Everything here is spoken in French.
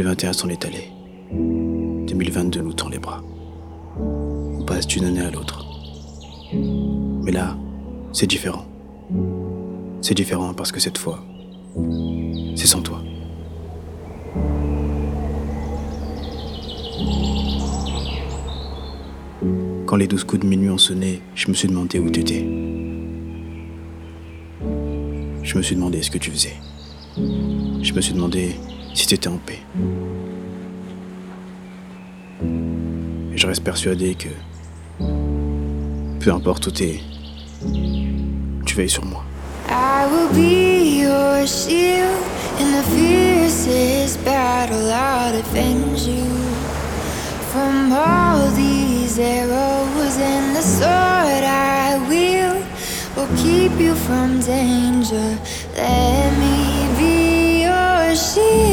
2021 s'en est allé. 2022 nous tend les bras. On passe d'une année à l'autre. Mais là, c'est différent. C'est différent parce que cette fois, c'est sans toi. Quand les 12 coups de minuit ont sonné, je me suis demandé où t'étais. Je me suis demandé ce que tu faisais. Je me suis demandé si t'étais en paix. Et je reste persuadé que, peu importe où t'es, tu veilles sur moi. I will be your shield in the fiercest battle. I'll defend you from all these arrows, and the sword I wield will keep you from danger. Let me be your shield.